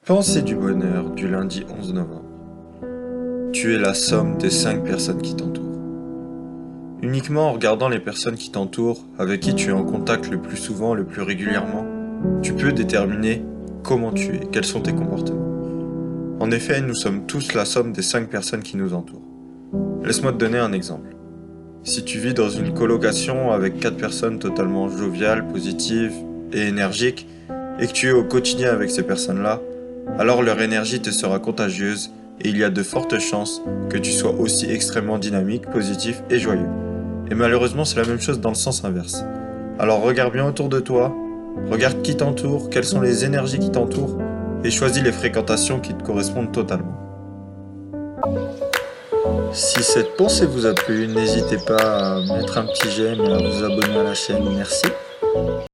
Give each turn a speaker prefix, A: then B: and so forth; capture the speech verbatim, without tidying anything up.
A: Pensée du bonheur du lundi onze novembre. Tu es la somme des cinq personnes qui t'entourent. Uniquement en regardant les personnes qui t'entourent, avec qui tu es en contact le plus souvent, le plus régulièrement, tu peux déterminer comment tu es, quels sont tes comportements. En effet, nous sommes tous la somme des cinq personnes qui nous entourent. Laisse-moi te donner un exemple. Si tu vis dans une colocation avec quatre personnes totalement joviales, positives et énergiques, et que tu es au quotidien avec ces personnes-là, alors leur énergie te sera contagieuse et il y a de fortes chances que tu sois aussi extrêmement dynamique, positif et joyeux. Et malheureusement, c'est la même chose dans le sens inverse. Alors regarde bien autour de toi, regarde qui t'entoure, quelles sont les énergies qui t'entourent et choisis les fréquentations qui te correspondent totalement. Si cette pensée vous a plu, n'hésitez pas à mettre un petit j'aime et à vous abonner à la chaîne. Merci.